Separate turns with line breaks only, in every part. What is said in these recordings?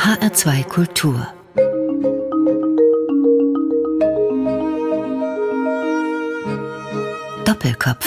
HR2 Kultur. Doppelkopf.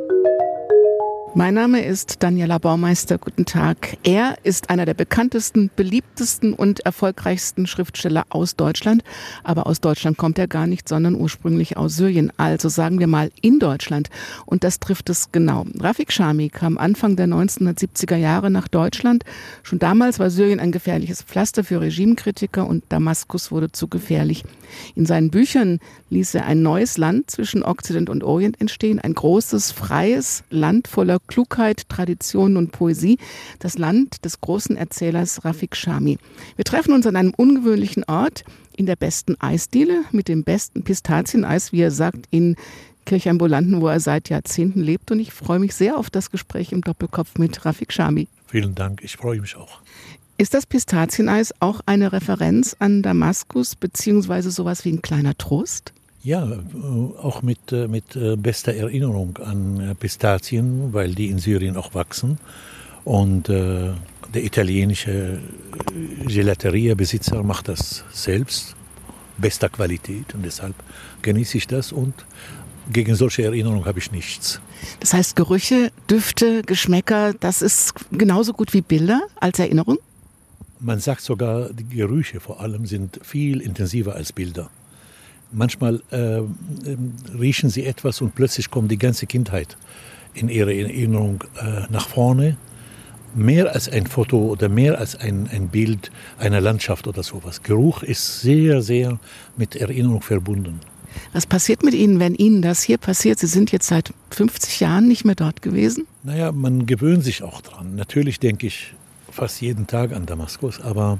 Mein Name ist Daniela Baumeister. Guten Tag. Er ist einer der bekanntesten, beliebtesten und erfolgreichsten Schriftsteller aus Deutschland. Aber aus Deutschland kommt er gar nicht, sondern ursprünglich aus Syrien. Also sagen wir mal in Deutschland. Und das trifft es genau. Rafik Chami kam Anfang der 1970er Jahre nach Deutschland. Schon damals war Syrien ein gefährliches Pflaster für Regimekritiker und Damaskus wurde zu gefährlich. In seinen Büchern ließ er ein neues Land zwischen Okzident und Orient entstehen. Ein großes, freies Land voller Klugheit, Tradition und Poesie, das Land des großen Erzählers Rafik Chami. Wir treffen uns an einem ungewöhnlichen Ort in der besten Eisdiele mit dem besten Pistazieneis, wie er sagt, in Kirchheimbolanden, wo er seit Jahrzehnten lebt. Und ich freue mich sehr auf das Gespräch im Doppelkopf mit Rafik Chami.
Vielen Dank, ich freue mich auch.
Ist das Pistazieneis auch eine Referenz an Damaskus, beziehungsweise sowas wie ein kleiner Trost?
Ja, auch mit bester Erinnerung an Pistazien, weil die in Syrien auch wachsen. Und der italienische Gelateria-Besitzer macht das selbst, bester Qualität. Und deshalb genieße ich das und gegen solche Erinnerungen habe ich nichts.
Das heißt, Gerüche, Düfte, Geschmäcker, das ist genauso gut wie Bilder als Erinnerung?
Man sagt sogar, die Gerüche vor allem sind viel intensiver als Bilder. Manchmal riechen sie etwas und plötzlich kommt die ganze Kindheit in ihrer Erinnerung nach vorne. Mehr als ein Foto oder mehr als ein Bild einer Landschaft oder sowas. Geruch ist sehr, sehr mit Erinnerung verbunden.
Was passiert mit Ihnen, wenn Ihnen das hier passiert? Sie sind jetzt seit 50 Jahren nicht mehr dort gewesen?
Naja, man gewöhnt sich auch dran. Natürlich denke ich fast jeden Tag an Damaskus, aber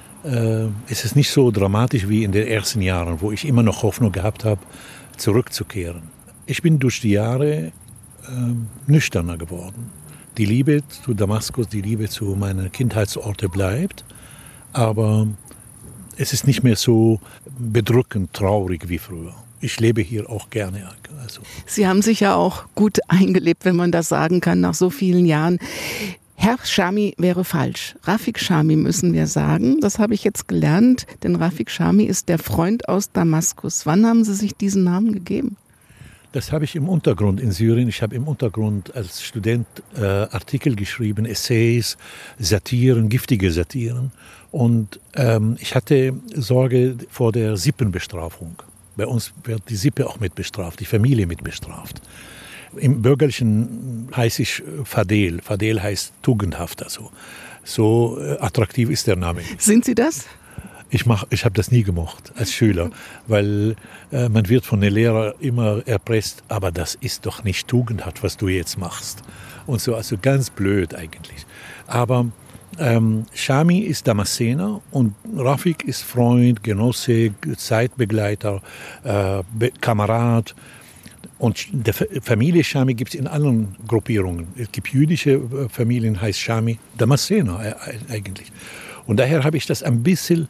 es ist nicht so dramatisch wie in den ersten Jahren, wo ich immer noch Hoffnung gehabt habe, zurückzukehren. Ich bin durch die Jahre nüchterner geworden. Die Liebe zu Damaskus, die Liebe zu meinen Kindheitsorten bleibt, aber es ist nicht mehr so bedrückend, traurig wie früher. Ich lebe hier auch gerne. Also.
Sie haben sich ja auch gut eingelebt, wenn man das sagen kann, nach so vielen Jahren. Herr Chami wäre falsch. Rafik Chami müssen wir sagen. Das habe ich jetzt gelernt, denn Rafik Chami ist der Freund aus Damaskus. Wann haben Sie sich diesen Namen gegeben?
Das habe ich im Untergrund in Syrien. Ich habe im Untergrund als Student Artikel geschrieben, Essays, Satiren, giftige Satiren. Und ich hatte Sorge vor der Sippenbestrafung. Bei uns wird die Sippe auch mit bestraft, die Familie mit bestraft. Im Bürgerlichen heiße ich Fadel. Fadel heißt tugendhaft. Also. So attraktiv ist der Name.
Sind Sie das?
Ich habe das nie gemocht als Schüler, weil man wird von den Lehrern immer erpresst, aber das ist doch nicht tugendhaft, was du jetzt machst. Und so, also ganz blöd eigentlich. Aber Chami ist Damaszener und Rafik ist Freund, Genosse, Zeitbegleiter, Kamerad. Und der Familie Chami gibt es in allen Gruppierungen. Es gibt jüdische Familien, heißt Chami Damaszener eigentlich. Und daher habe ich das ein bisschen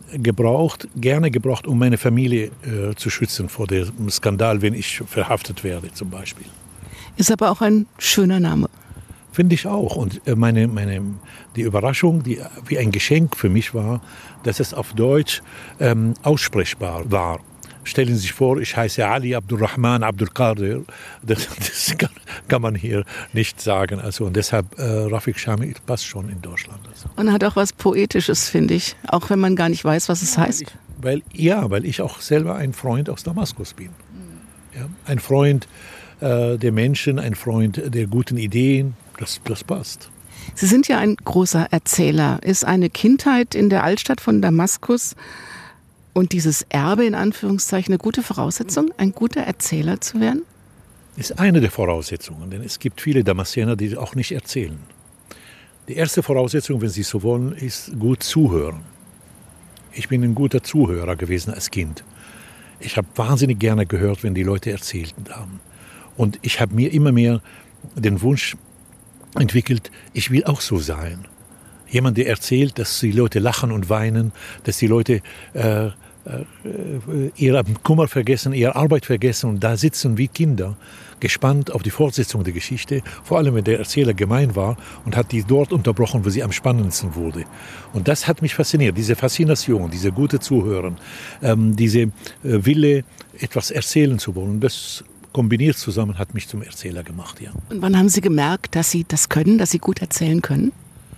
gerne gebraucht, um meine Familie zu schützen vor dem Skandal, wenn ich verhaftet werde zum Beispiel.
Ist aber auch ein schöner Name.
Finde ich auch. Und die Überraschung, die wie ein Geschenk für mich war, dass es auf Deutsch aussprechbar war. Stellen Sie sich vor, ich heiße Ali Abdurrahman Abdulkadir. Das kann man hier nicht sagen. Also, und deshalb, Rafik Chami passt schon in Deutschland. Also.
Und hat auch was Poetisches, finde ich. Auch wenn man gar nicht weiß, was es heißt.
Weil ich auch selber ein Freund aus Damaskus bin. Ja, ein Freund der Menschen, ein Freund der guten Ideen. Das passt.
Sie sind ja ein großer Erzähler. Ist eine Kindheit in der Altstadt von Damaskus und dieses Erbe in Anführungszeichen eine gute Voraussetzung, ein guter Erzähler zu werden?
Ist eine der Voraussetzungen, denn es gibt viele Damaszener, die auch nicht erzählen. Die erste Voraussetzung, wenn Sie so wollen, ist gut zuhören. Ich bin ein guter Zuhörer gewesen als Kind. Ich habe wahnsinnig gerne gehört, wenn die Leute erzählt haben. Und ich habe mir immer mehr den Wunsch entwickelt, ich will auch so sein. Jemand, der erzählt, dass die Leute lachen und weinen, dass die Leute ihren Kummer vergessen, ihre Arbeit vergessen und da sitzen wie Kinder, gespannt auf die Fortsetzung der Geschichte, vor allem wenn der Erzähler gemein war und hat die dort unterbrochen, wo sie am spannendsten wurde. Und das hat mich fasziniert, diese Faszination, diese gute Zuhören, diese Wille, etwas erzählen zu wollen, das kombiniert zusammen hat mich zum Erzähler gemacht, ja.
Und wann haben Sie gemerkt, dass Sie das können, dass Sie gut erzählen können?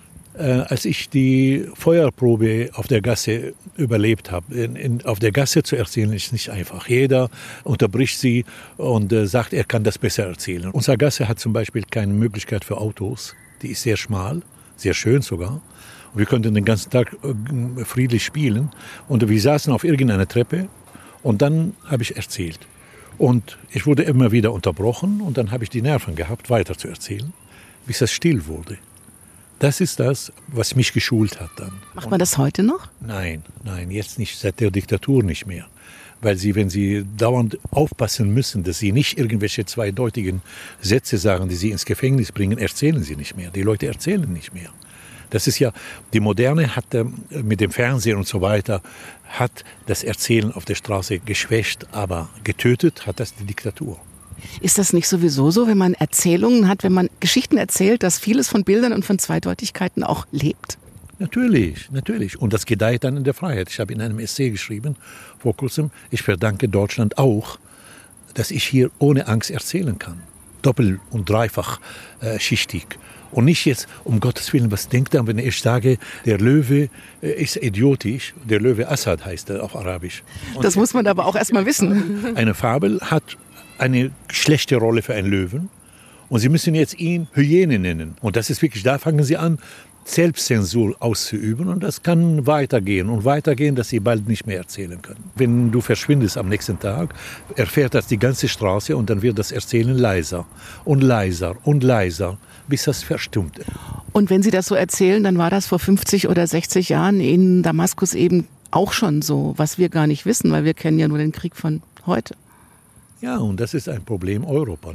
Als ich die Feuerprobe auf der Gasse überlebt habe. Auf der Gasse zu erzählen ist nicht einfach. Jeder unterbricht sie und sagt, er kann das besser erzählen. Unsere Gasse hat zum Beispiel keine Möglichkeit für Autos. Die ist sehr schmal, sehr schön sogar. Und wir konnten den ganzen Tag friedlich spielen. Und wir saßen auf irgendeiner Treppe und dann habe ich erzählt. Und ich wurde immer wieder unterbrochen und dann habe ich die Nerven gehabt, weiter zu erzählen, bis es still wurde. Das ist das, was mich geschult hat dann.
Macht man das heute noch?
Nein, jetzt nicht, seit der Diktatur nicht mehr. Weil wenn Sie dauernd aufpassen müssen, dass Sie nicht irgendwelche zweideutigen Sätze sagen, die Sie ins Gefängnis bringen, erzählen Sie nicht mehr. Die Leute erzählen nicht mehr. Das ist ja, die Moderne hat mit dem Fernsehen und so weiter, hat das Erzählen auf der Straße geschwächt, aber getötet hat das die Diktatur.
Ist das nicht sowieso so, wenn man Erzählungen hat, wenn man Geschichten erzählt, dass vieles von Bildern und von Zweideutigkeiten auch lebt?
Natürlich. Und das gedeiht dann in der Freiheit. Ich habe in einem Essay geschrieben, vor kurzem, ich verdanke Deutschland auch, dass ich hier ohne Angst erzählen kann. Doppel- und dreifach schichtig. Und nicht jetzt, um Gottes Willen, was denkt er, wenn ich sage, der Löwe ist idiotisch. Der Löwe Assad heißt er auf Arabisch. Und
das muss man aber auch erst mal wissen.
Eine Fabel hat eine schlechte Rolle für einen Löwen und Sie müssen jetzt ihn Hyäne nennen. Und das ist wirklich, da fangen Sie an, Selbstzensur auszuüben und das kann weitergehen, dass Sie bald nicht mehr erzählen können. Wenn du verschwindest am nächsten Tag, erfährt das die ganze Straße und dann wird das Erzählen leiser und leiser und leiser, bis das verstummt.
Und wenn Sie das so erzählen, dann war das vor 50 oder 60 Jahren in Damaskus eben auch schon so, was wir gar nicht wissen, weil wir kennen ja nur den Krieg von heute.
Ja, und das ist ein Problem Europa.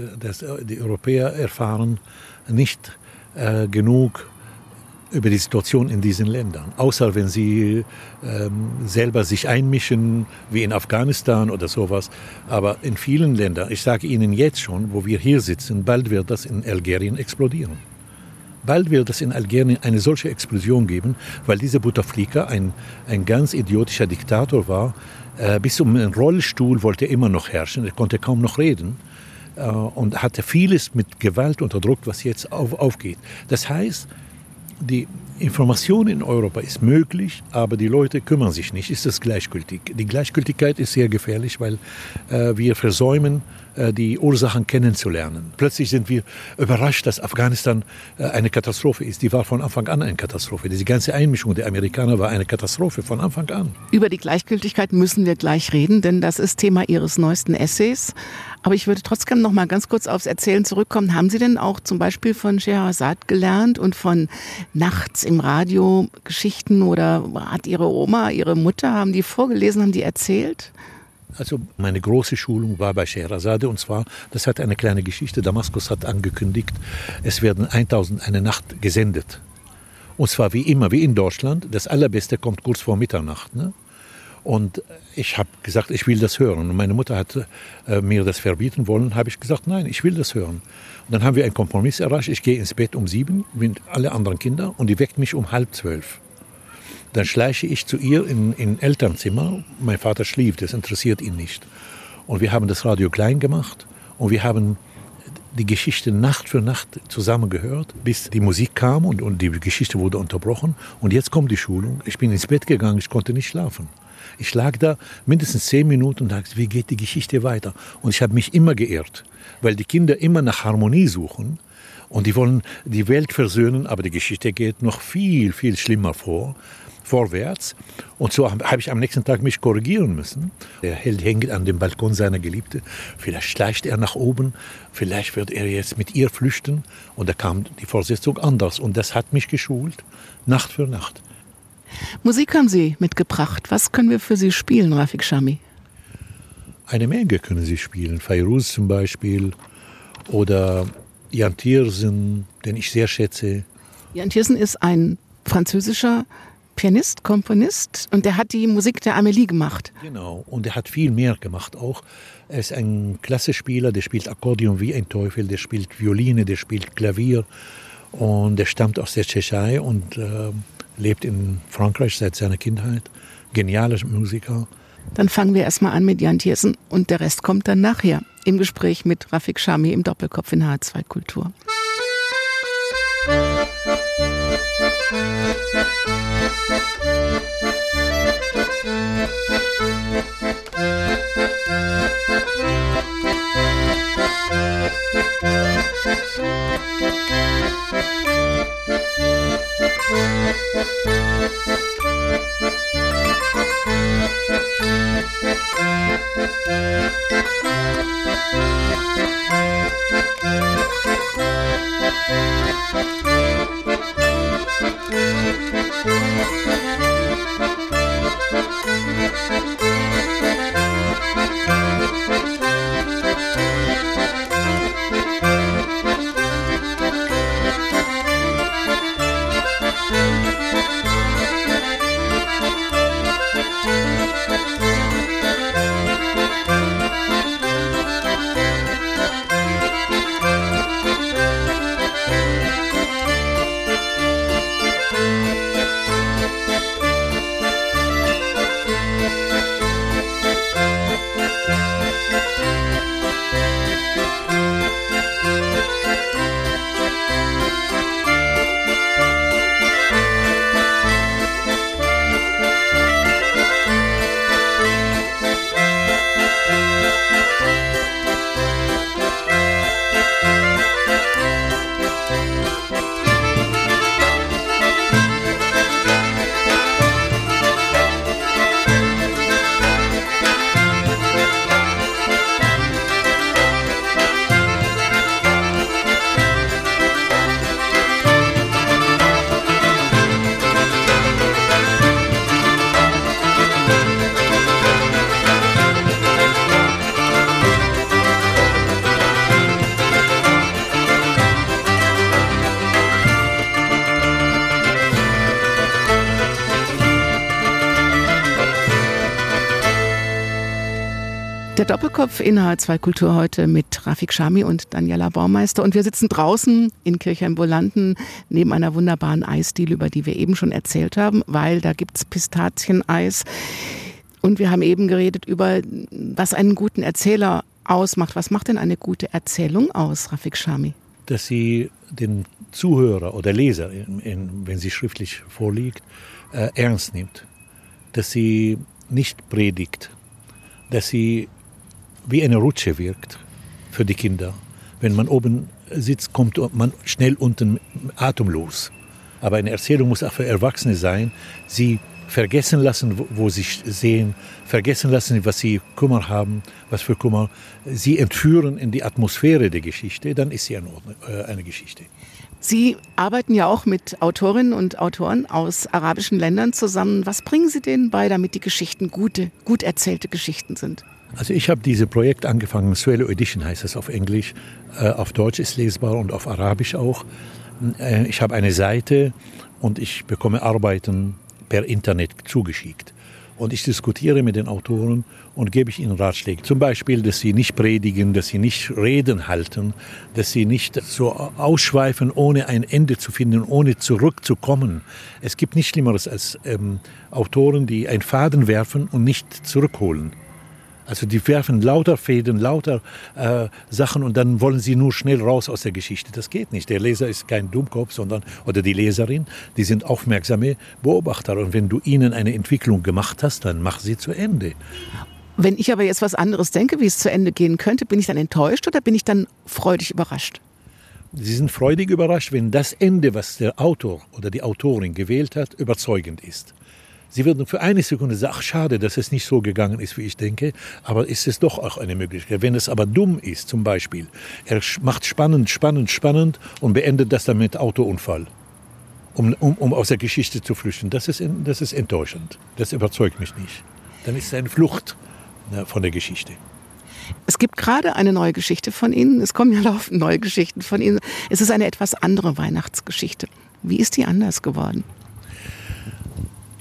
Die Europäer erfahren nicht genug über die Situation in diesen Ländern. Außer wenn sie selber sich einmischen, wie in Afghanistan oder sowas. Aber in vielen Ländern, ich sage Ihnen jetzt schon, wo wir hier sitzen, bald wird das in Algerien explodieren. Bald wird es in Algerien eine solche Explosion geben, weil dieser Bouteflika ein ganz idiotischer Diktator war. Bis um den Rollstuhl wollte er immer noch herrschen, er konnte kaum noch reden und hatte vieles mit Gewalt unterdrückt, was jetzt aufgeht. Das heißt, die Information in Europa ist möglich, aber die Leute kümmern sich nicht, ist das gleichgültig. Die Gleichgültigkeit ist sehr gefährlich, weil wir versäumen, die Ursachen kennenzulernen. Plötzlich sind wir überrascht, dass Afghanistan eine Katastrophe ist. Die war von Anfang an eine Katastrophe. Diese ganze Einmischung der Amerikaner war eine Katastrophe von Anfang an.
Über die Gleichgültigkeit müssen wir gleich reden, denn das ist Thema Ihres neuesten Essays. Aber ich würde trotzdem noch mal ganz kurz aufs Erzählen zurückkommen. Haben Sie denn auch zum Beispiel von Scheherazade gelernt und von nachts im Radio Geschichten oder hat Ihre Oma, Ihre Mutter, haben die vorgelesen, haben die erzählt?
Also meine große Schulung war bei Scheherazade und zwar, das hat eine kleine Geschichte, Damaskus hat angekündigt, es werden 1000 eine Nacht gesendet. Und zwar wie immer, wie in Deutschland, das Allerbeste kommt kurz vor Mitternacht. Ne? Und ich habe gesagt, ich will das hören. Und meine Mutter hat mir das verbieten wollen, habe ich gesagt, nein, ich will das hören. Und dann haben wir einen Kompromiss erreicht, ich gehe ins Bett um 7 mit alle anderen Kinder und die weckt mich um 11:30. Dann schleiche ich zu ihr in Elternzimmer. Mein Vater schlief, das interessiert ihn nicht. Und wir haben das Radio klein gemacht und wir haben die Geschichte Nacht für Nacht zusammen gehört, bis die Musik kam und die Geschichte wurde unterbrochen. Und jetzt kommt die Schulung. Ich bin ins Bett gegangen, ich konnte nicht schlafen. Ich lag da mindestens 10 Minuten und dachte, wie geht die Geschichte weiter? Und ich habe mich immer geirrt, weil die Kinder immer nach Harmonie suchen. Und die wollen die Welt versöhnen, aber die Geschichte geht noch viel, viel schlimmer vorwärts. Und so habe ich am nächsten Tag mich korrigieren müssen. Der Held hängt an dem Balkon seiner Geliebte. Vielleicht schleicht er nach oben, vielleicht wird er jetzt mit ihr flüchten. Und da kam die Fortsetzung anders. Und das hat mich geschult, Nacht für Nacht.
Musik haben Sie mitgebracht. Was können wir für Sie spielen, Rafik Chami?
Eine Menge können Sie spielen. Fairuz zum Beispiel oder Jan Tiersen, den ich sehr schätze.
Jan Tiersen ist ein französischer Pianist, Komponist und der hat die Musik der Amelie gemacht.
Genau, und er hat viel mehr gemacht auch. Er ist ein Klassespieler, der spielt Akkordeon wie ein Teufel, der spielt Violine, der spielt Klavier und der stammt aus der Tschechei und lebt in Frankreich seit seiner Kindheit. Genialer Musiker.
Dann fangen wir erstmal an mit Jan Tiersen und der Rest kommt dann nachher im Gespräch mit Rafik Shami im Doppelkopf in HR2 Kultur. Der Doppelkopf in HR2 Kultur heute mit Rafik Shami und Daniela Baumeister. Und wir sitzen draußen in Kirchheim-Bolanden neben einer wunderbaren Eisdiele, über die wir eben schon erzählt haben, weil da gibt's Pistazieneis. Und wir haben eben geredet über, was einen guten Erzähler ausmacht. Was macht denn eine gute Erzählung aus, Rafik Shami?
Dass sie den Zuhörer oder Leser, wenn sie schriftlich vorliegt, ernst nimmt. Dass sie nicht predigt. Dass sie wie eine Rutsche wirkt für die Kinder. Wenn man oben sitzt, kommt man schnell unten atemlos. Aber eine Erzählung muss auch für Erwachsene sein. Sie vergessen lassen, wo sie sehen, vergessen lassen, was sie Kummer haben, was für Kummer. Sie entführen in die Atmosphäre der Geschichte, dann ist sie eine Geschichte.
Sie arbeiten ja auch mit Autorinnen und Autoren aus arabischen Ländern zusammen. Was bringen Sie denen bei, damit die Geschichten gut erzählte Geschichten sind?
Also ich habe dieses Projekt angefangen, Swelo Edition heißt es auf Englisch, auf Deutsch ist lesbar und auf Arabisch auch. Ich habe eine Seite und ich bekomme Arbeiten per Internet zugeschickt. Und ich diskutiere mit den Autoren und gebe ich ihnen Ratschläge. Zum Beispiel, dass sie nicht predigen, dass sie nicht Reden halten, dass sie nicht so ausschweifen, ohne ein Ende zu finden, ohne zurückzukommen. Es gibt nichts Schlimmeres als Autoren, die einen Faden werfen und nicht zurückholen. Also die werfen lauter Fäden, lauter Sachen und dann wollen sie nur schnell raus aus der Geschichte. Das geht nicht. Der Leser ist kein Dummkopf, oder die Leserin, die sind aufmerksame Beobachter. Und wenn du ihnen eine Entwicklung gemacht hast, dann mach sie zu Ende.
Wenn ich aber jetzt was anderes denke, wie es zu Ende gehen könnte, bin ich dann enttäuscht oder bin ich dann freudig überrascht?
Sie sind freudig überrascht, wenn das Ende, was der Autor oder die Autorin gewählt hat, überzeugend ist. Sie würden für eine Sekunde sagen, ach schade, dass es nicht so gegangen ist, wie ich denke, aber ist es doch auch eine Möglichkeit. Wenn es aber dumm ist, zum Beispiel, er macht spannend und beendet das dann mit Autounfall, um aus der Geschichte zu flüchten, das ist enttäuschend. Das überzeugt mich nicht. Dann ist es eine Flucht von der Geschichte.
Es gibt gerade eine neue Geschichte von Ihnen, es kommen ja laufend neue Geschichten von Ihnen. Es ist eine etwas andere Weihnachtsgeschichte. Wie ist die anders geworden?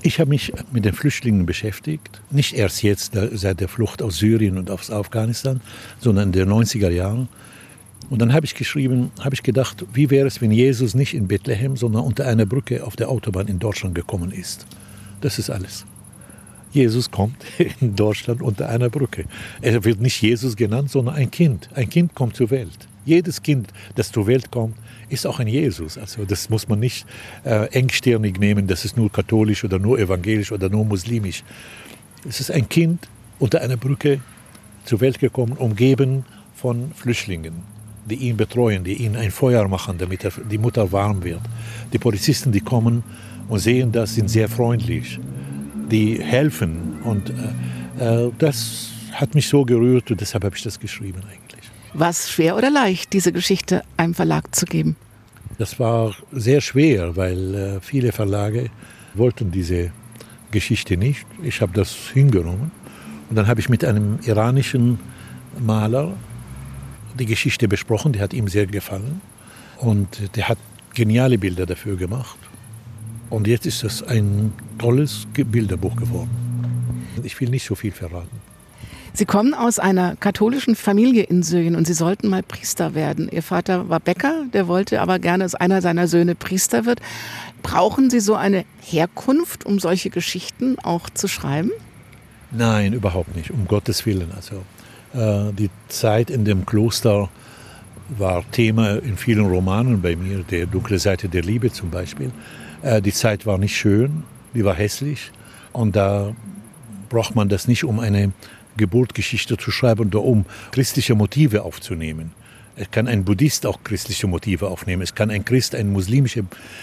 Ich habe mich mit den Flüchtlingen beschäftigt, nicht erst jetzt seit der Flucht aus Syrien und aus Afghanistan, sondern in den 90er Jahren. Und dann habe ich gedacht, wie wäre es, wenn Jesus nicht in Bethlehem, sondern unter einer Brücke auf der Autobahn in Deutschland gekommen ist. Das ist alles. Jesus kommt in Deutschland unter einer Brücke. Er wird nicht Jesus genannt, sondern ein Kind. Ein Kind kommt zur Welt. Jedes Kind, das zur Welt kommt, ist auch ein Jesus. Also das muss man nicht engstirnig nehmen, das ist nur katholisch oder nur evangelisch oder nur muslimisch. Es ist ein Kind unter einer Brücke zur Welt gekommen, umgeben von Flüchtlingen, die ihn betreuen, die ihn ein Feuer machen, damit die Mutter warm wird. Die Polizisten, die kommen und sehen das, sind sehr freundlich. Die helfen und das hat mich so gerührt und deshalb habe ich das geschrieben eigentlich.
War es schwer oder leicht, diese Geschichte einem Verlag zu geben?
Das war sehr schwer, weil viele Verlage wollten diese Geschichte nicht. Ich habe das hingenommen und dann habe ich mit einem iranischen Maler die Geschichte besprochen, die hat ihm sehr gefallen und der hat geniale Bilder dafür gemacht. Und jetzt ist das ein tolles Bilderbuch geworden. Ich will nicht so viel verraten.
Sie kommen aus einer katholischen Familie in Syrien und Sie sollten mal Priester werden. Ihr Vater war Bäcker, der wollte aber gerne, dass einer seiner Söhne Priester wird. Brauchen Sie so eine Herkunft, um solche Geschichten auch zu schreiben?
Nein, überhaupt nicht, um Gottes Willen. Also, die Zeit in dem Kloster war Thema in vielen Romanen bei mir, der dunkle Seite der Liebe zum Beispiel. Die Zeit war nicht schön, die war hässlich und da braucht man das nicht, um eine Geburtsgeschichte zu schreiben oder um christliche Motive aufzunehmen. Es kann ein Buddhist auch christliche Motive aufnehmen, es kann ein Christ ein muslimisches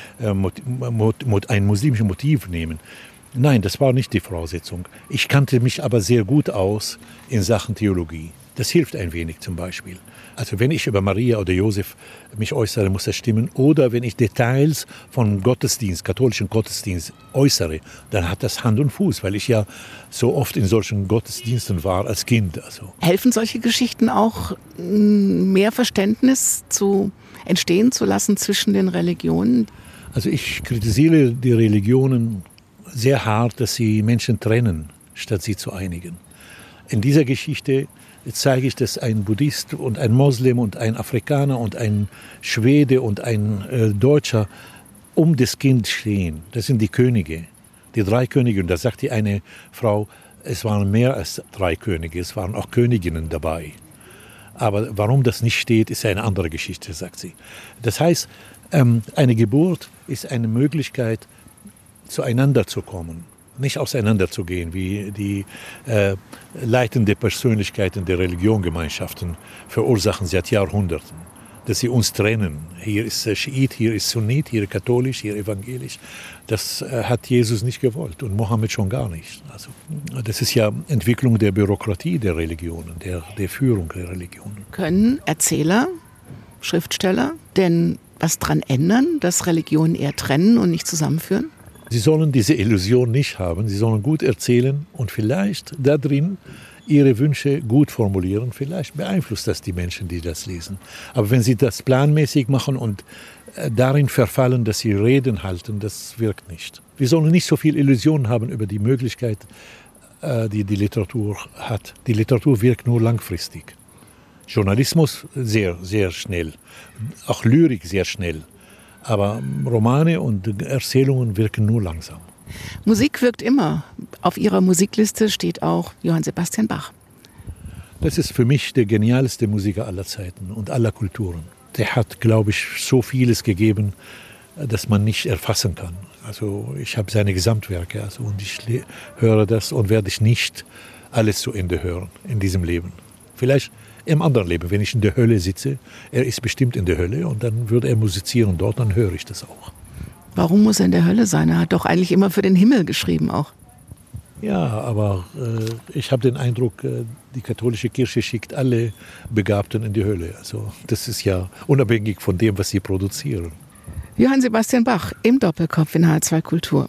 Motiv nehmen. Nein, das war nicht die Voraussetzung. Ich kannte mich aber sehr gut aus in Sachen Theologie. Das hilft ein wenig zum Beispiel. Also wenn ich über Maria oder Josef mich äußere, muss das stimmen. Oder wenn ich Details von Gottesdienst, katholischen Gottesdienst äußere, dann hat das Hand und Fuß, weil ich ja so oft in solchen Gottesdiensten war als Kind. Also.
Helfen solche Geschichten auch, mehr Verständnis entstehen zu lassen zwischen den Religionen?
Also ich kritisiere die Religionen sehr hart, dass sie Menschen trennen, statt sie zu einigen. In dieser Geschichte zeige ich, dass ein Buddhist und ein Moslem und ein Afrikaner und ein Schwede und ein Deutscher um das Kind stehen. Das sind die Könige, die 3 Könige. Und da sagt die eine Frau, es waren mehr als 3 Könige, es waren auch Königinnen dabei. Aber warum das nicht steht, ist eine andere Geschichte, sagt sie. Das heißt, eine Geburt ist eine Möglichkeit, zueinander zu kommen. Nicht auseinanderzugehen, wie die leitende Persönlichkeiten der Religiongemeinschaften verursachen seit Jahrhunderten. Dass sie uns trennen. Hier ist Schiit, hier ist Sunnit, hier katholisch, hier evangelisch. Das hat Jesus nicht gewollt und Mohammed schon gar nicht. Also, das ist ja Entwicklung der Bürokratie der Religionen, der Führung der Religionen.
Können Erzähler, Schriftsteller denn was dran ändern, dass Religionen eher trennen und nicht zusammenführen?
Sie sollen diese Illusion nicht haben, sie sollen gut erzählen und vielleicht da drin ihre Wünsche gut formulieren. Vielleicht beeinflusst das die Menschen, die das lesen. Aber wenn sie das planmäßig machen und darin verfallen, dass sie Reden halten, das wirkt nicht. Wir sollen nicht so viel Illusionen haben über die Möglichkeit, die die Literatur hat. Die Literatur wirkt nur langfristig. Journalismus sehr, sehr schnell. Auch Lyrik sehr schnell. Aber Romane und Erzählungen wirken nur langsam.
Musik wirkt immer. Auf Ihrer Musikliste steht auch Johann Sebastian Bach.
Das ist für mich der genialste Musiker aller Zeiten und aller Kulturen. Der hat, glaube ich, so vieles gegeben, das man nicht erfassen kann. Also ich habe seine Gesamtwerke und ich höre das und werde ich nicht alles zu Ende hören in diesem Leben. Vielleicht im anderen Leben, wenn ich in der Hölle sitze, er ist bestimmt in der Hölle und dann würde er musizieren dort, dann höre ich das auch.
Warum muss er in der Hölle sein? Er hat doch eigentlich immer für den Himmel geschrieben auch.
Ja, aber ich habe den Eindruck, die katholische Kirche schickt alle Begabten in die Hölle. Also das ist ja unabhängig von dem, was sie produzieren.
Johann Sebastian Bach im Doppelkopf in H2 Kultur.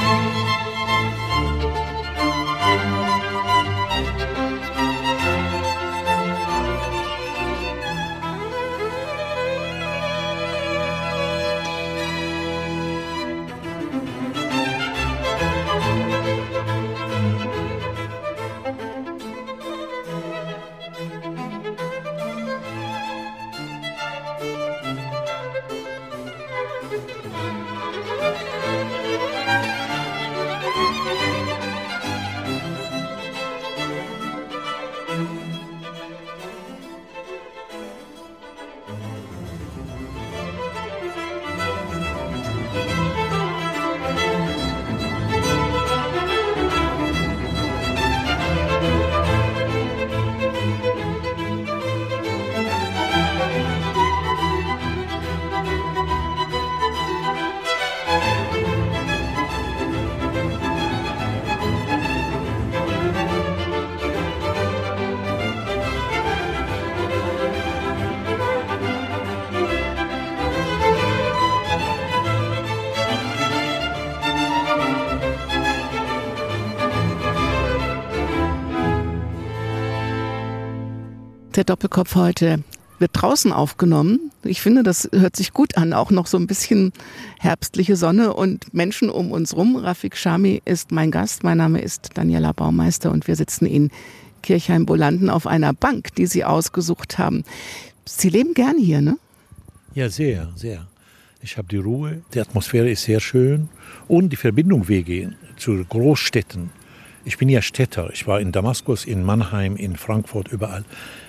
Der Doppelkopf heute wird draußen aufgenommen. Ich finde, das hört sich gut an. Auch noch so ein bisschen herbstliche Sonne und Menschen um uns rum. Rafik Chami ist mein Gast. Mein Name ist Daniela Baumeister und wir sitzen in Kirchheim-Bolanden auf einer Bank, die Sie ausgesucht haben. Sie leben gern hier, ne?
Ja, sehr, sehr. Ich habe die Ruhe, die Atmosphäre ist sehr schön und die Verbindung Wege zu Großstädten. Ich bin ja Städter. Ich war in Damaskus, in Mannheim, in Frankfurt, überall.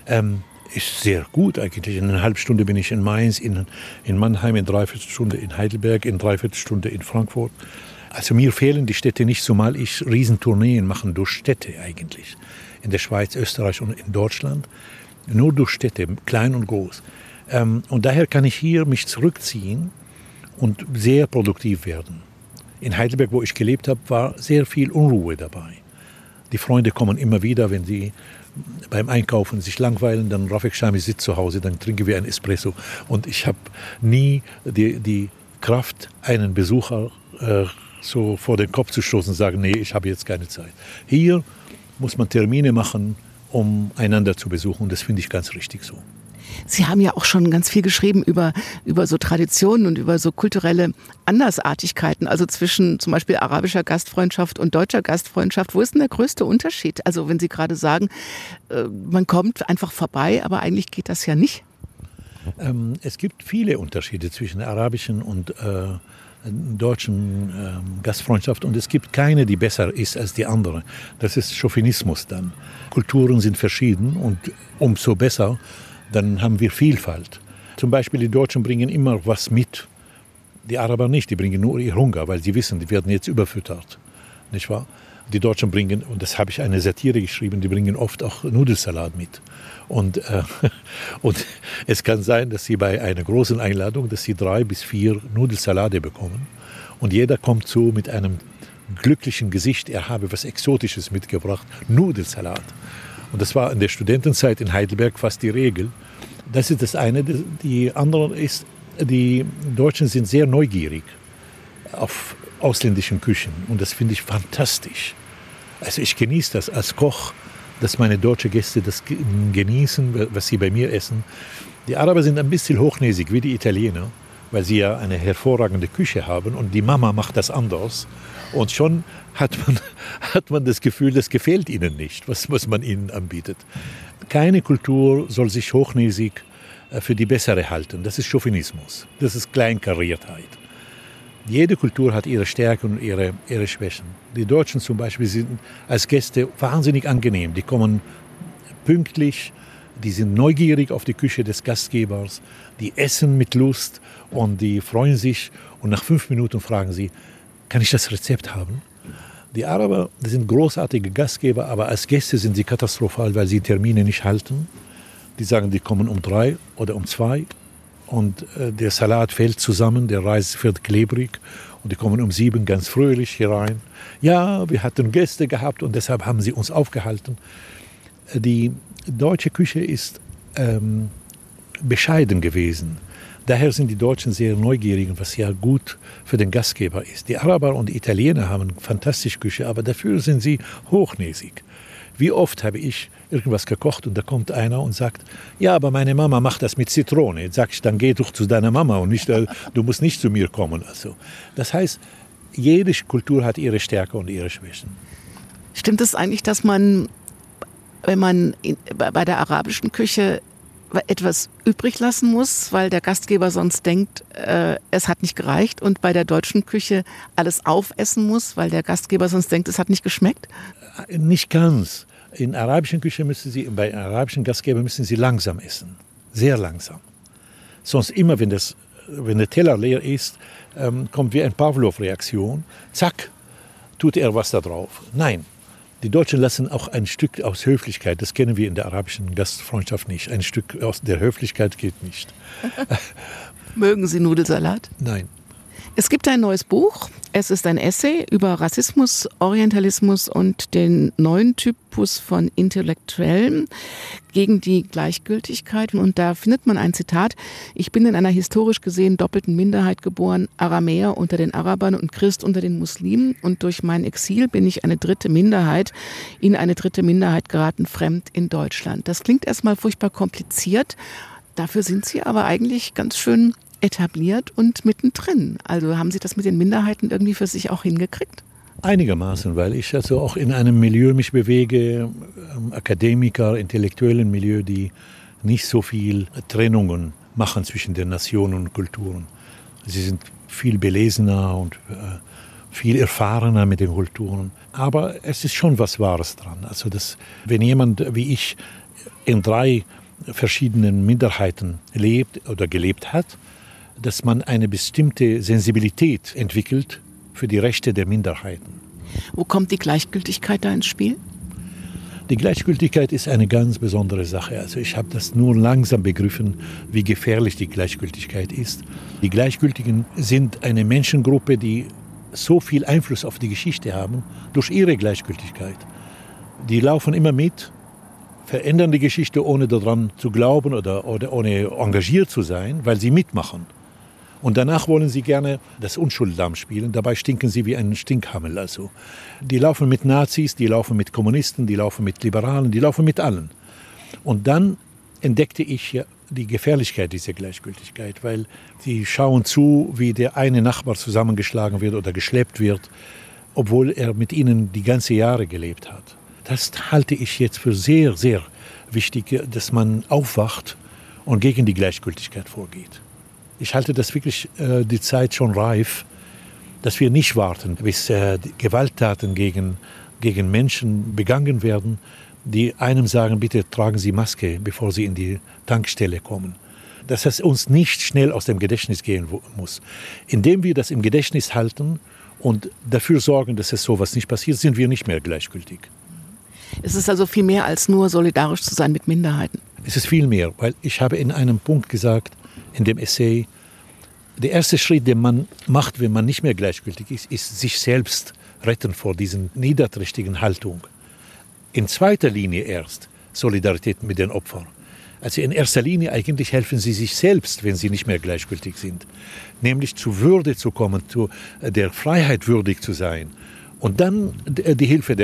Ist sehr gut eigentlich. In einer halben Stunde bin ich in Mainz, in Mannheim, in 3/4 Stunde in Heidelberg, in 3/4 Stunde in Frankfurt. Also mir fehlen die Städte nicht, zumal ich Riesentourneen machen durch Städte eigentlich. In der Schweiz, Österreich und in Deutschland. Nur durch Städte, klein und groß. Und daher kann ich hier mich zurückziehen und sehr produktiv werden. In Heidelberg, wo ich gelebt habe, war sehr viel Unruhe dabei. Die Freunde kommen immer wieder, wenn sie beim Einkaufen sich langweilen, dann Rafik Chami sitzt zu Hause, dann trinken wir ein Espresso. Und ich habe nie die Kraft, einen Besucher so vor den Kopf zu stoßen und sagen, nee, ich habe jetzt keine Zeit. Hier muss man Termine machen, um einander zu besuchen. Und das finde ich ganz richtig so.
Sie haben ja auch schon ganz viel geschrieben über so Traditionen und über so kulturelle Andersartigkeiten, also zwischen zum Beispiel arabischer Gastfreundschaft und deutscher Gastfreundschaft. Wo ist denn der größte Unterschied? Also wenn Sie gerade sagen, man kommt einfach vorbei, aber eigentlich geht das ja nicht.
Es gibt viele Unterschiede zwischen der arabischen und deutschen Gastfreundschaft und es gibt keine, die besser ist als die andere. Das ist Chauvinismus dann. Kulturen sind verschieden und umso besser, dann haben wir Vielfalt. Zum Beispiel die Deutschen bringen immer was mit, die Araber nicht, die bringen nur ihr Hunger, weil sie wissen, die werden jetzt überfüttert, nicht wahr? Die Deutschen bringen, und das habe ich eine Satire geschrieben, die bringen oft auch Nudelsalat mit. Und es kann sein, dass sie bei einer großen Einladung, dass sie 3 bis 4 Nudelsalate bekommen und jeder kommt so mit einem glücklichen Gesicht, er habe was Exotisches mitgebracht, Nudelsalat. Und das war in der Studentenzeit in Heidelberg fast die Regel. Das ist das eine. Die andere ist, die Deutschen sind sehr neugierig auf ausländischen Küchen. Und das finde ich fantastisch. Also ich genieße das als Koch, dass meine deutschen Gäste das genießen, was sie bei mir essen. Die Araber sind ein bisschen hochnäsig wie die Italiener, weil sie ja eine hervorragende Küche haben und die Mama macht das anders. Und schon hat man das Gefühl, das gefällt ihnen nicht, was man ihnen anbietet. Keine Kultur soll sich hochnäsig für die bessere halten. Das ist Chauvinismus, das ist Kleinkariertheit. Jede Kultur hat ihre Stärken und ihre Schwächen. Die Deutschen zum Beispiel sind als Gäste wahnsinnig angenehm. Die kommen pünktlich, die sind neugierig auf die Küche des Gastgebers, die essen mit Lust und die freuen sich. Und nach 5 Minuten fragen sie, kann ich das Rezept haben? Die Araber, die sind großartige Gastgeber, aber als Gäste sind sie katastrophal, weil sie Termine nicht halten. Die sagen, die kommen um 3 oder um 2 und der Salat fällt zusammen, der Reis wird klebrig und die kommen um 7 ganz fröhlich hier rein. Ja, wir hatten Gäste gehabt und deshalb haben sie uns aufgehalten. Die deutsche Küche ist bescheiden gewesen. Daher sind die Deutschen sehr neugierig, was ja gut für den Gastgeber ist. Die Araber und die Italiener haben eine fantastische Küche, aber dafür sind sie hochnäsig. Wie oft habe ich irgendwas gekocht und da kommt einer und sagt, ja, aber meine Mama macht das mit Zitrone. Jetzt sag ich, dann geh doch zu deiner Mama und nicht, du musst nicht zu mir kommen. Also, das heißt, jede Kultur hat ihre Stärke und ihre Schwächen.
Stimmt es eigentlich, dass man, wenn man bei der arabischen Küche etwas übrig lassen muss, weil der Gastgeber sonst denkt, es hat nicht gereicht, und bei der deutschen Küche alles aufessen muss, weil der Gastgeber sonst denkt, es hat nicht geschmeckt?
Nicht ganz. In arabischen Küche bei arabischen Gastgebern müssen Sie langsam essen. Sehr langsam. Sonst immer, wenn der Teller leer ist, kommt wie eine Pavlov-Reaktion. Zack, tut er was da drauf. Nein. Die Deutschen lassen auch ein Stück aus Höflichkeit, das kennen wir in der arabischen Gastfreundschaft nicht. Ein Stück aus der Höflichkeit geht nicht.
Mögen Sie Nudelsalat?
Nein.
Es gibt ein neues Buch. Es ist ein Essay über Rassismus, Orientalismus und den neuen Typus von Intellektuellen gegen die Gleichgültigkeit. Und da findet man ein Zitat: Ich bin in einer historisch gesehen doppelten Minderheit geboren, Aramäer unter den Arabern und Christ unter den Muslimen. Und durch mein Exil bin ich eine dritte Minderheit, in eine dritte Minderheit geraten, fremd in Deutschland. Das klingt erstmal furchtbar kompliziert. Dafür sind Sie aber eigentlich ganz schön etabliert und mittendrin. Also haben Sie das mit den Minderheiten irgendwie für sich auch hingekriegt?
Einigermaßen, weil ich also auch in einem Milieu mich bewege, Akademiker, intellektuellen Milieu, die nicht so viel Trennungen machen zwischen den Nationen und Kulturen. Sie sind viel belesener und viel erfahrener mit den Kulturen. Aber es ist schon was Wahres dran. Also wenn jemand wie ich in 3 verschiedenen Minderheiten lebt oder gelebt hat, dass man eine bestimmte Sensibilität entwickelt für die Rechte der Minderheiten.
Wo kommt die Gleichgültigkeit da ins Spiel?
Die Gleichgültigkeit ist eine ganz besondere Sache. Also ich habe das nur langsam begriffen, wie gefährlich die Gleichgültigkeit ist. Die Gleichgültigen sind eine Menschengruppe, die so viel Einfluss auf die Geschichte haben durch ihre Gleichgültigkeit. Die laufen immer mit, verändern die Geschichte, ohne daran zu glauben oder ohne engagiert zu sein, weil sie mitmachen. Und danach wollen sie gerne das Unschuldlamm spielen. Dabei stinken sie wie ein Stinkhammel. Also, die laufen mit Nazis, die laufen mit Kommunisten, die laufen mit Liberalen, die laufen mit allen. Und dann entdeckte ich ja die Gefährlichkeit dieser Gleichgültigkeit, weil sie schauen zu, wie der eine Nachbar zusammengeschlagen wird oder geschleppt wird, obwohl er mit ihnen die ganzen Jahre gelebt hat. Das halte ich jetzt für sehr, sehr wichtig, dass man aufwacht und gegen die Gleichgültigkeit vorgeht. Ich halte das wirklich die Zeit schon reif, dass wir nicht warten, bis Gewalttaten gegen Menschen begangen werden, die einem sagen, bitte tragen Sie Maske, bevor Sie in die Tankstelle kommen. Dass es uns nicht schnell aus dem Gedächtnis gehen muss. Indem wir das im Gedächtnis halten und dafür sorgen, dass es sowas nicht passiert, sind wir nicht mehr gleichgültig.
Es ist also viel mehr als nur solidarisch zu sein mit Minderheiten.
Es ist viel mehr, weil ich habe in einem Punkt gesagt, in dem Essay, der erste Schritt, den man macht, wenn man nicht mehr gleichgültig ist, ist sich selbst retten vor diesen niederträchtigen Haltung. In zweiter Linie erst Solidarität mit den Opfern. Also in erster Linie eigentlich helfen sie sich selbst, wenn sie nicht mehr gleichgültig sind. Nämlich zur Würde zu kommen, zu der Freiheit würdig zu sein. Und dann die Hilfe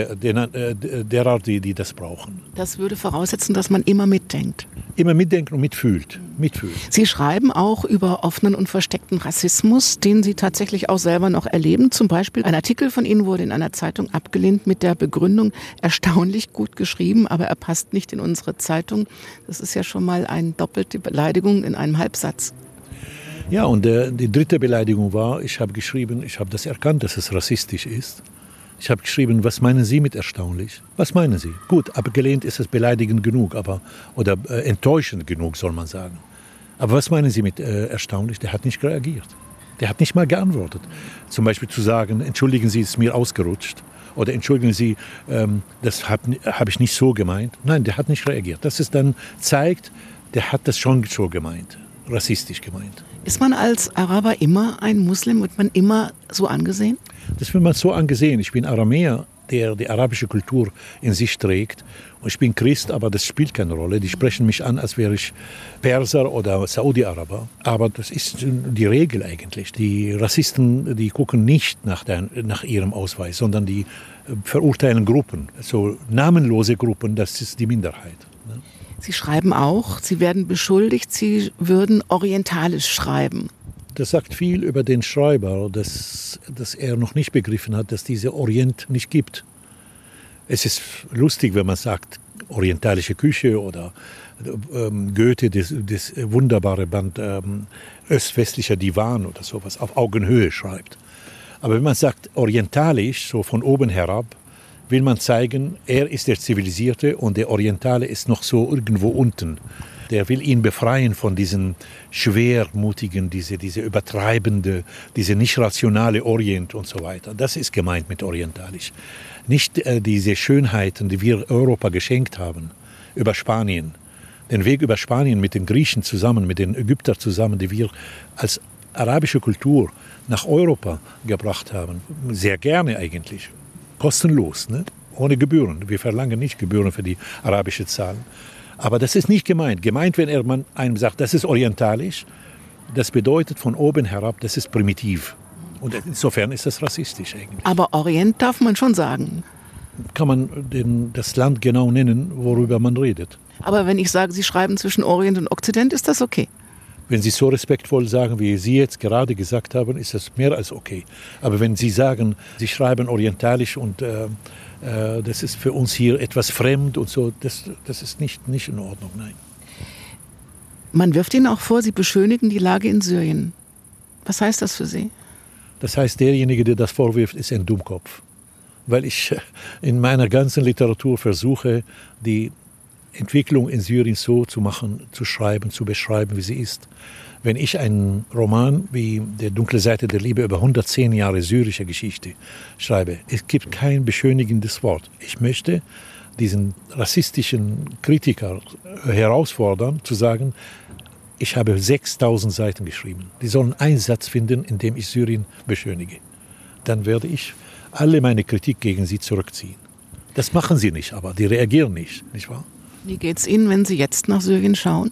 derer, die das brauchen.
Das würde voraussetzen, dass man immer mitdenkt.
Immer mitdenken und mitfühlt.
Sie schreiben auch über offenen und versteckten Rassismus, den Sie tatsächlich auch selber noch erleben. Zum Beispiel ein Artikel von Ihnen wurde in einer Zeitung abgelehnt mit der Begründung, erstaunlich gut geschrieben, aber er passt nicht in unsere Zeitung. Das ist ja schon mal eine doppelte Beleidigung in einem Halbsatz.
Ja, und die dritte Beleidigung war, ich habe geschrieben, ich habe das erkannt, dass es rassistisch ist. Ich habe geschrieben, was meinen Sie mit erstaunlich? Was meinen Sie? Gut, abgelehnt ist es beleidigend genug, oder enttäuschend genug, soll man sagen. Aber was meinen Sie mit erstaunlich? Der hat nicht reagiert. Der hat nicht mal geantwortet. Zum Beispiel zu sagen, entschuldigen Sie, es ist mir ausgerutscht. Oder entschuldigen Sie, das hab ich nicht so gemeint. Nein, der hat nicht reagiert. Das ist dann zeigt, der hat das schon so gemeint, rassistisch gemeint.
Ist man als Araber immer ein Muslim? Wird man immer so angesehen?
Das wird man so angesehen. Ich bin Aramäer, der die arabische Kultur in sich trägt. Und ich bin Christ, aber das spielt keine Rolle. Die sprechen mich an, als wäre ich Perser oder Saudi-Araber. Aber das ist die Regel eigentlich. Die Rassisten, die gucken nicht nach ihrem Ausweis, sondern die verurteilen Gruppen. So namenlose Gruppen, das ist die Minderheit.
Sie schreiben auch, Sie werden beschuldigt, Sie würden orientalisch schreiben.
Das sagt viel über den Schreiber, dass er noch nicht begriffen hat, dass diese Orient nicht gibt. Es ist lustig, wenn man sagt, orientalische Küche oder Goethe, das wunderbare Band Öst-westlicher Divan oder sowas, auf Augenhöhe schreibt. Aber wenn man sagt orientalisch, so von oben herab, will man zeigen, er ist der Zivilisierte und der Orientale ist noch so irgendwo unten. Der will ihn befreien von diesen schwermutigen, diese übertreibende, diese nicht rationale Orient und so weiter. Das ist gemeint mit orientalisch. Nicht diese Schönheiten, die wir Europa geschenkt haben, über Spanien. Den Weg über Spanien mit den Griechen zusammen, mit den Ägyptern zusammen, die wir als arabische Kultur nach Europa gebracht haben. Sehr gerne eigentlich. Kostenlos, ne? Ohne Gebühren. Wir verlangen nicht Gebühren für die arabische Zahlen. Aber das ist nicht gemeint. Gemeint, wenn man einem sagt, das ist orientalisch, das bedeutet von oben herab, das ist primitiv. Und insofern ist das rassistisch eigentlich.
Aber Orient darf man schon sagen.
Kann man das Land genau nennen, worüber man redet.
Aber wenn ich sage, Sie schreiben zwischen Orient und Okzident, ist das okay?
Wenn Sie so respektvoll sagen, wie Sie jetzt gerade gesagt haben, ist das mehr als okay. Aber wenn Sie sagen, Sie schreiben orientalisch und das ist für uns hier etwas fremd und so, das ist nicht in Ordnung, nein.
Man wirft Ihnen auch vor, Sie beschönigen die Lage in Syrien. Was heißt das für Sie?
Das heißt, derjenige, der das vorwirft, ist ein Dummkopf. Weil ich in meiner ganzen Literatur versuche, die Entwicklung in Syrien so zu machen, zu schreiben, zu beschreiben, wie sie ist. Wenn ich einen Roman wie Der dunkle Seite der Liebe über 110 Jahre syrische Geschichte schreibe, es gibt kein beschönigendes Wort. Ich möchte diesen rassistischen Kritiker herausfordern, zu sagen, ich habe 6000 Seiten geschrieben. Die sollen einen Satz finden, in dem ich Syrien beschönige. Dann werde ich alle meine Kritik gegen sie zurückziehen. Das machen sie nicht, aber die reagieren nicht wahr?
Wie geht es Ihnen, wenn Sie jetzt nach Syrien schauen?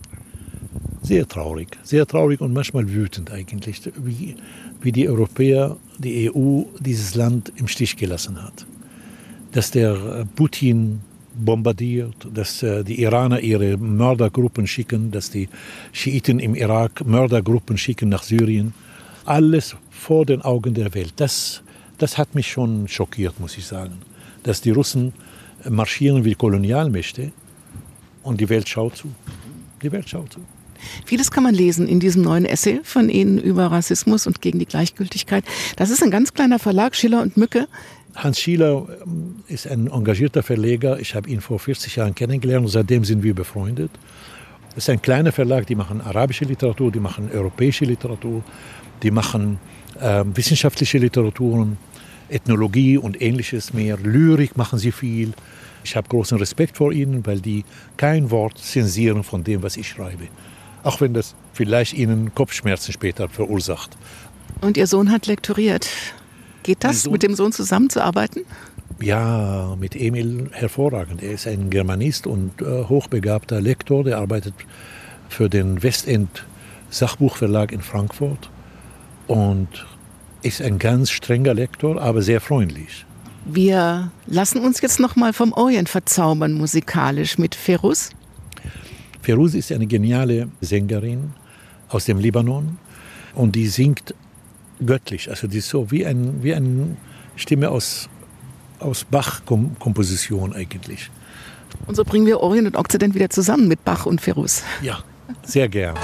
Sehr traurig und manchmal wütend eigentlich, wie die Europäer, die EU dieses Land im Stich gelassen hat. Dass der Putin bombardiert, dass die Iraner ihre Mördergruppen schicken, dass die Schiiten im Irak Mördergruppen schicken nach Syrien. Alles vor den Augen der Welt. Das hat mich schon schockiert, muss ich sagen. Dass die Russen marschieren wie Kolonialmächte und die Welt schaut zu. Die Welt schaut zu.
Vieles kann man lesen in diesem neuen Essay von Ihnen über Rassismus und gegen die Gleichgültigkeit. Das ist ein ganz kleiner Verlag, Schiller und Mücke.
Hans Schiller ist ein engagierter Verleger. Ich habe ihn vor 40 Jahren kennengelernt und seitdem sind wir befreundet. Das ist ein kleiner Verlag, die machen arabische Literatur, die machen europäische Literatur, die machen wissenschaftliche Literaturen, Ethnologie und Ähnliches mehr. Lyrik machen sie viel. Ich habe großen Respekt vor ihnen, weil die kein Wort zensieren von dem, was ich schreibe. Auch wenn das vielleicht ihnen Kopfschmerzen später verursacht.
Und Ihr Sohn hat lektoriert. Geht das, mit dem Sohn zusammenzuarbeiten?
Ja, mit Emil hervorragend. Er ist ein Germanist und hochbegabter Lektor. Der arbeitet für den Westend Sachbuchverlag in Frankfurt und ist ein ganz strenger Lektor, aber sehr freundlich.
Wir lassen uns jetzt noch mal vom Orient verzaubern musikalisch mit Feruz.
Feruz ist eine geniale Sängerin aus dem Libanon und die singt göttlich. Also die ist so wie eine Stimme aus Bach-Komposition eigentlich.
Und so bringen wir Orient und Okzident wieder zusammen mit Bach und Feruz.
Ja, sehr gern.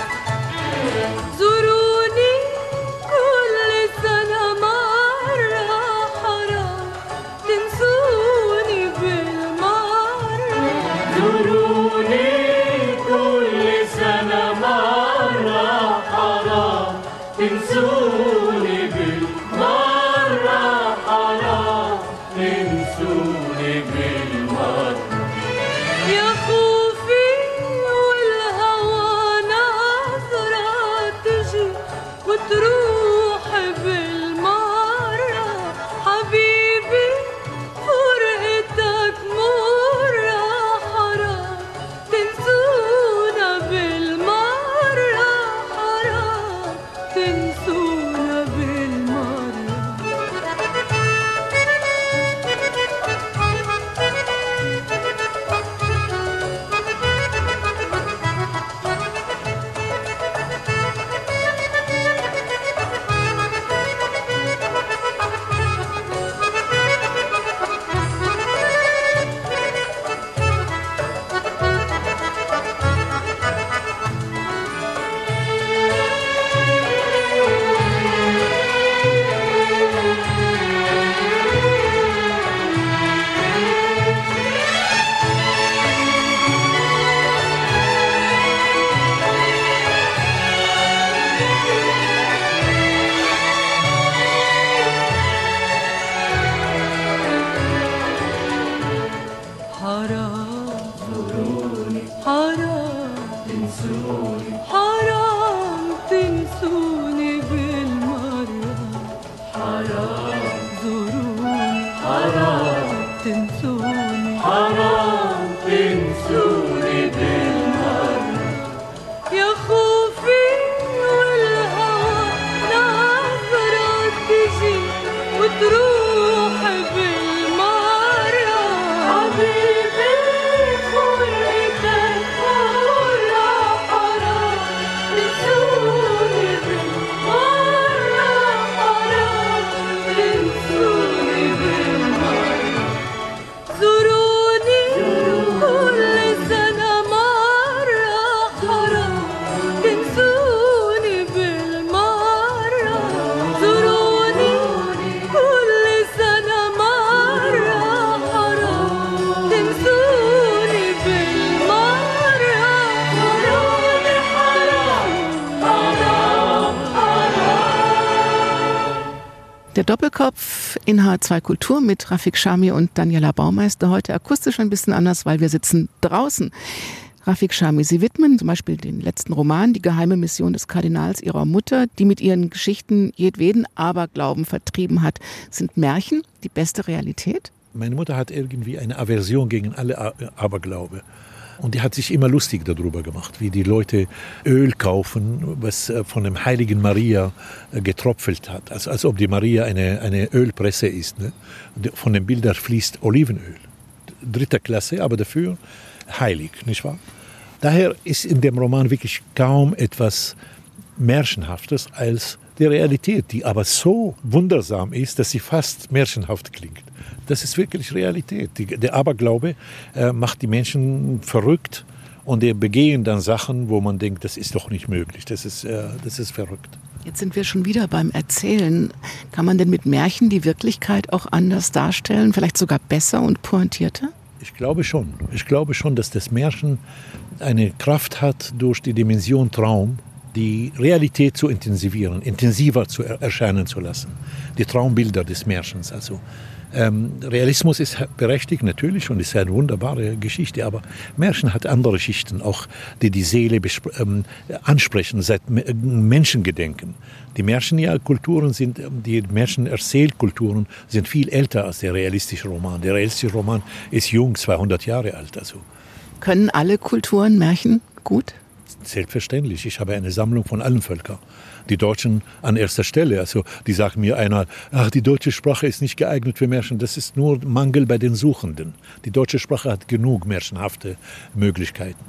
Der Doppelkopf in H2 Kultur mit Rafik Shamir und Daniela Baumeister. Heute akustisch ein bisschen anders, weil wir sitzen draußen. Rafik Shamir, Sie widmen zum Beispiel den letzten Roman, Die geheime Mission des Kardinals, Ihrer Mutter, die mit ihren Geschichten jedweden Aberglauben vertrieben hat. Sind Märchen die beste Realität?
Meine Mutter hat irgendwie eine Aversion gegen alle Aberglaube. Und die hat sich immer lustig darüber gemacht, wie die Leute Öl kaufen, was von dem heiligen Maria getropfelt hat. Also, als ob die Maria eine Ölpresse ist. Ne? Von den Bildern fließt Olivenöl. 3. Klasse, aber dafür heilig, nicht wahr? Daher ist in dem Roman wirklich kaum etwas Märchenhaftes als die Realität, die aber so wundersam ist, dass sie fast märchenhaft klingt. Das ist wirklich Realität. Der Aberglaube macht die Menschen verrückt und die begehen dann Sachen, wo man denkt, das ist doch nicht möglich, das ist verrückt.
Jetzt sind wir schon wieder beim Erzählen. Kann man denn mit Märchen die Wirklichkeit auch anders darstellen, vielleicht sogar besser und pointierter?
Ich glaube schon. Ich glaube schon, dass das Märchen eine Kraft hat, durch die Dimension Traum die Realität zu intensivieren, intensiver zu erscheinen zu lassen. Die Traumbilder des Märchens. Also Realismus ist berechtigt natürlich und ist eine wunderbare Geschichte, aber Märchen hat andere Schichten, auch die Seele ansprechen, seit Menschengedenken. Die Märchenkulturen die Märchenerzählkulturen sind viel älter als der realistische Roman. Der realistische Roman ist jung, 200 Jahre alt. Also.
Können alle Kulturen Märchen gut?
Selbstverständlich. Ich habe eine Sammlung von allen Völkern. Die Deutschen an erster Stelle. Also die sagen mir einer, die deutsche Sprache ist nicht geeignet für Märchen. Das ist nur Mangel bei den Suchenden. Die deutsche Sprache hat genug märchenhafte Möglichkeiten.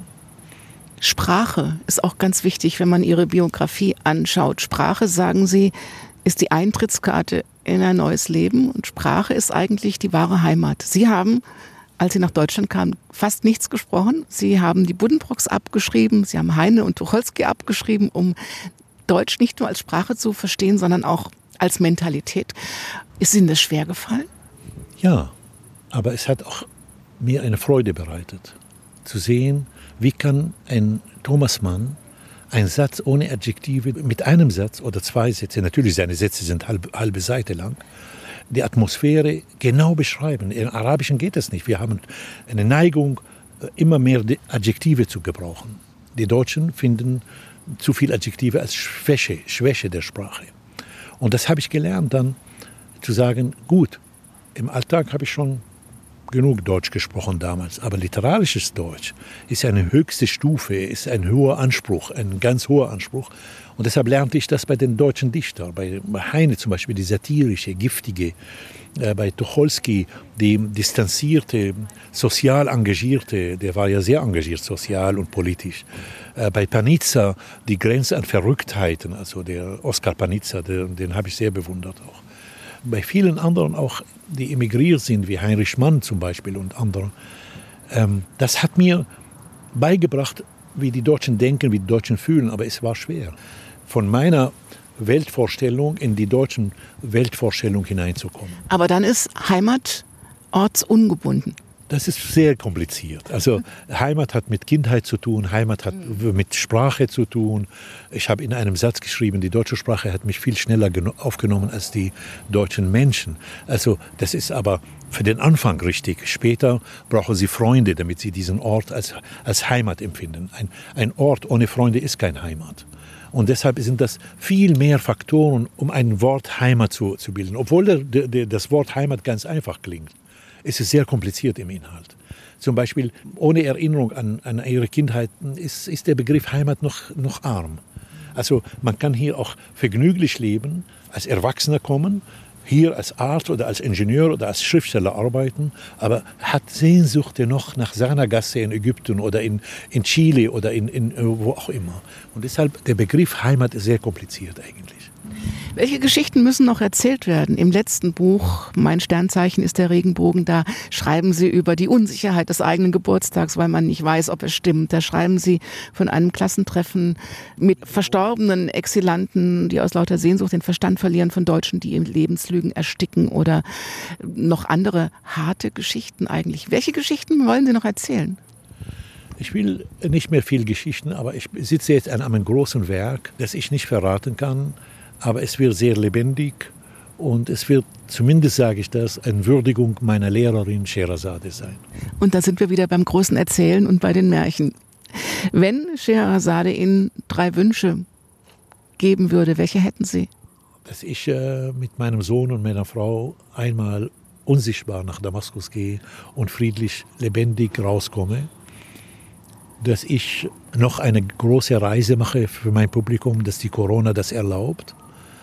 Sprache ist auch ganz wichtig, wenn man Ihre Biografie anschaut. Sprache, sagen Sie, ist die Eintrittskarte in ein neues Leben. Und Sprache ist eigentlich die wahre Heimat. Sie haben, als Sie nach Deutschland kamen, fast nichts gesprochen. Sie haben die Buddenbrooks abgeschrieben, Sie haben Heine und Tucholsky abgeschrieben, um Deutsch nicht nur als Sprache zu verstehen, sondern auch als Mentalität. Ist Ihnen das schwer gefallen?
Ja, aber es hat auch mir eine Freude bereitet, zu sehen, wie kann ein Thomas Mann einen Satz ohne Adjektive mit einem Satz oder 2 Sätze, natürlich seine Sätze sind halbe Seite lang, die Atmosphäre genau beschreiben. Im Arabischen geht das nicht. Wir haben eine Neigung, immer mehr Adjektive zu gebrauchen. Die Deutschen finden zu viel Adjektive als Schwäche der Sprache. Und das habe ich gelernt, dann zu sagen, gut, im Alltag habe ich schon genug Deutsch gesprochen damals, aber literarisches Deutsch ist eine höchste Stufe, ist ein hoher Anspruch, ein ganz hoher Anspruch. Und deshalb lernte ich das bei den deutschen Dichtern, bei Heine zum Beispiel, die satirische, giftige, bei Tucholsky, die distanzierte, sozial engagierte, der war ja sehr engagiert, sozial und politisch. Bei Panizza, die Grenze an Verrücktheiten, also der Oskar Panizza, den habe ich sehr bewundert auch. Bei vielen anderen auch, die emigriert sind, wie Heinrich Mann zum Beispiel und andere. Das hat mir beigebracht, wie die Deutschen denken, wie die Deutschen fühlen, aber es war schwer, von meiner Weltvorstellung in die deutschen Weltvorstellung hineinzukommen.
Aber dann ist Heimat ortsungebunden.
Das ist sehr kompliziert. Also Heimat hat mit Kindheit zu tun, Heimat hat mit Sprache zu tun. Ich habe in einem Satz geschrieben, die deutsche Sprache hat mich viel schneller aufgenommen als die deutschen Menschen. Also das ist aber für den Anfang richtig. Später brauchen sie Freunde, damit sie diesen Ort als Heimat empfinden. Ein Ort ohne Freunde ist kein Heimat. Und deshalb sind das viel mehr Faktoren, um ein Wort Heimat zu bilden. Obwohl das Wort Heimat ganz einfach klingt. Es ist sehr kompliziert im Inhalt. Zum Beispiel, ohne Erinnerung an ihre Kindheit ist der Begriff Heimat noch arm. Also man kann hier auch vergnüglich leben, als Erwachsener kommen, hier als Arzt oder als Ingenieur oder als Schriftsteller arbeiten, aber hat Sehnsucht noch nach seiner Gasse in Ägypten oder in Chile oder in wo auch immer. Und deshalb, der Begriff Heimat ist sehr kompliziert eigentlich.
Welche Geschichten müssen noch erzählt werden? Im letzten Buch, Mein Sternzeichen ist der Regenbogen, da schreiben Sie über die Unsicherheit des eigenen Geburtstags, weil man nicht weiß, ob es stimmt. Da schreiben Sie von einem Klassentreffen mit verstorbenen Exilanten, die aus lauter Sehnsucht den Verstand verlieren, von Deutschen, die in Lebenslügen ersticken oder noch andere harte Geschichten eigentlich. Welche Geschichten wollen Sie noch erzählen?
Ich will nicht mehr viel Geschichten, aber ich sitze jetzt an einem großen Werk, das ich nicht verraten kann. Aber es wird sehr lebendig Und es wird, zumindest sage ich das, eine Würdigung meiner Lehrerin Scheherazade sein.
Und da sind wir wieder beim großen Erzählen und bei den Märchen. Wenn Scheherazade Ihnen 3 Wünsche geben würde, welche hätten Sie?
Dass ich mit meinem Sohn und meiner Frau einmal unsichtbar nach Damaskus gehe und friedlich, lebendig rauskomme. Dass ich noch eine große Reise mache für mein Publikum, dass die Corona das erlaubt.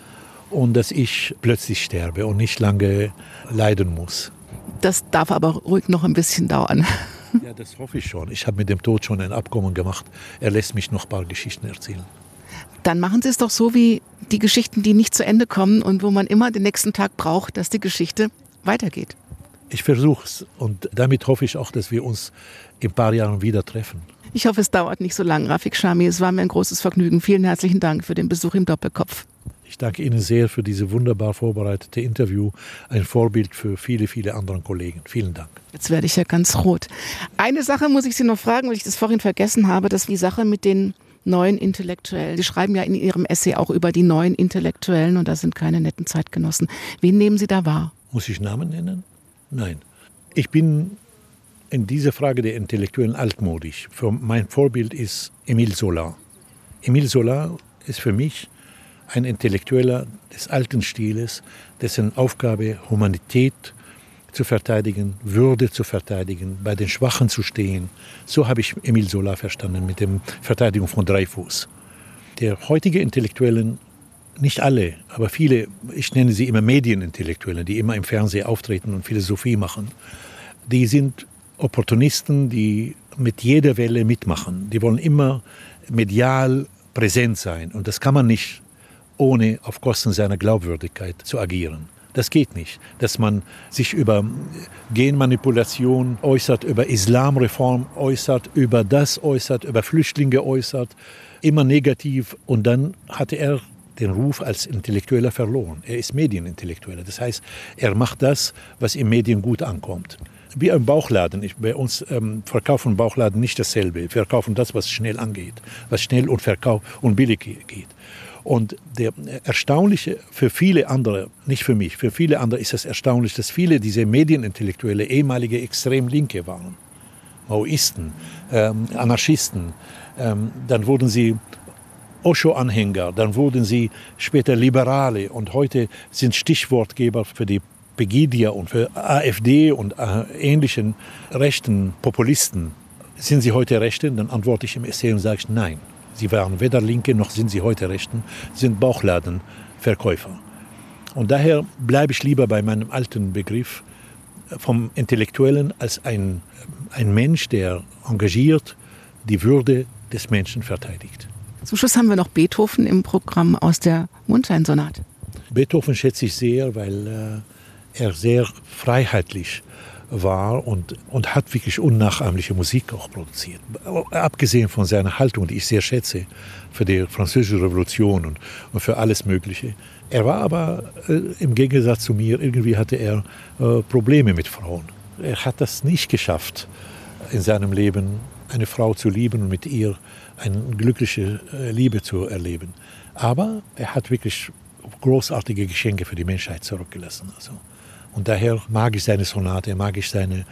Und dass ich plötzlich sterbe und nicht lange leiden muss.
Das darf aber ruhig noch ein bisschen dauern.
Ja, das hoffe ich schon. Ich habe mit dem Tod schon ein Abkommen gemacht. Er lässt mich noch ein paar Geschichten erzählen.
Dann machen Sie es doch so wie die Geschichten, die nicht zu Ende kommen und wo man immer den nächsten Tag braucht, dass die Geschichte weitergeht.
Ich versuche es und damit hoffe ich auch, dass wir uns in ein paar Jahren wieder treffen.
Ich hoffe, es dauert nicht so lang, Rafik Chami. Es war mir ein großes Vergnügen. Vielen herzlichen Dank für den Besuch im Doppelkopf.
Ich danke Ihnen sehr für diese wunderbar vorbereitete Interview. Ein Vorbild für viele, viele andere Kollegen. Vielen Dank.
Jetzt werde ich ja ganz rot. Eine Sache muss ich Sie noch fragen, weil ich das vorhin vergessen habe. Das ist die Sache mit den neuen Intellektuellen. Sie schreiben ja in Ihrem Essay auch über die neuen Intellektuellen und da sind keine netten Zeitgenossen. Wen nehmen Sie da wahr?
Muss ich Namen nennen? Nein. Ich bin in dieser Frage der Intellektuellen altmodisch. Mein Vorbild ist Émile Zola. Émile Zola ist für mich ein Intellektueller des alten Stiles, dessen Aufgabe Humanität zu verteidigen, Würde zu verteidigen, bei den Schwachen zu stehen. So habe ich Émile Zola verstanden mit der Verteidigung von Dreyfus. Der heutige Intellektuellen, nicht alle, aber viele, ich nenne sie immer Medienintellektuelle, die immer im Fernsehen auftreten und Philosophie machen, die sind Opportunisten, die mit jeder Welle mitmachen. Die wollen immer medial präsent sein und das kann man nicht ohne auf Kosten seiner Glaubwürdigkeit zu agieren. Das geht nicht. Dass man sich über Genmanipulation äußert, über Islamreform äußert, über das äußert, über Flüchtlinge äußert, immer negativ. Und dann hatte er den Ruf als Intellektueller verloren. Er ist Medienintellektueller. Das heißt, er macht das, was in Medien gut ankommt. Wie im Bauchladen. Bei uns verkaufen Bauchladen nicht dasselbe. Wir verkaufen das, was schnell angeht, was schnell und billig geht. Und der Erstaunliche für viele andere, nicht für mich, für viele andere ist es erstaunlich, dass viele dieser Medienintellektuelle ehemalige Extremlinke waren. Maoisten, Anarchisten, dann wurden sie Osho-Anhänger, dann wurden sie später Liberale und heute sind Stichwortgeber für die Pegida und für AfD und ähnlichen rechten Populisten. Sind sie heute Rechte? Dann antworte ich im Essay und sage nein. Sie waren weder Linke noch sind sie heute Rechten, sind Bauchladenverkäufer. Und daher bleibe ich lieber bei meinem alten Begriff vom Intellektuellen als ein Mensch, der engagiert die Würde des Menschen verteidigt.
Zum Schluss haben wir noch Beethoven im Programm aus der Mundscheinsonate.
Beethoven schätze ich sehr, weil er sehr freiheitlich war und hat wirklich unnachahmliche Musik auch produziert. Abgesehen von seiner Haltung, die ich sehr schätze, für die Französische Revolution und für alles Mögliche. Er war aber im Gegensatz zu mir, irgendwie hatte er Probleme mit Frauen. Er hat das nicht geschafft, in seinem Leben eine Frau zu lieben und mit ihr eine glückliche Liebe zu erleben. Aber er hat wirklich großartige Geschenke für die Menschheit zurückgelassen. Also. Und daher mag ich seine Sonate, mag ich seine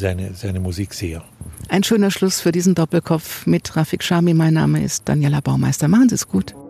Musik sehr.
Ein schöner Schluss für diesen Doppelkopf mit Rafik Chami. Mein Name ist Daniela Baumeister. Machen Sie es gut.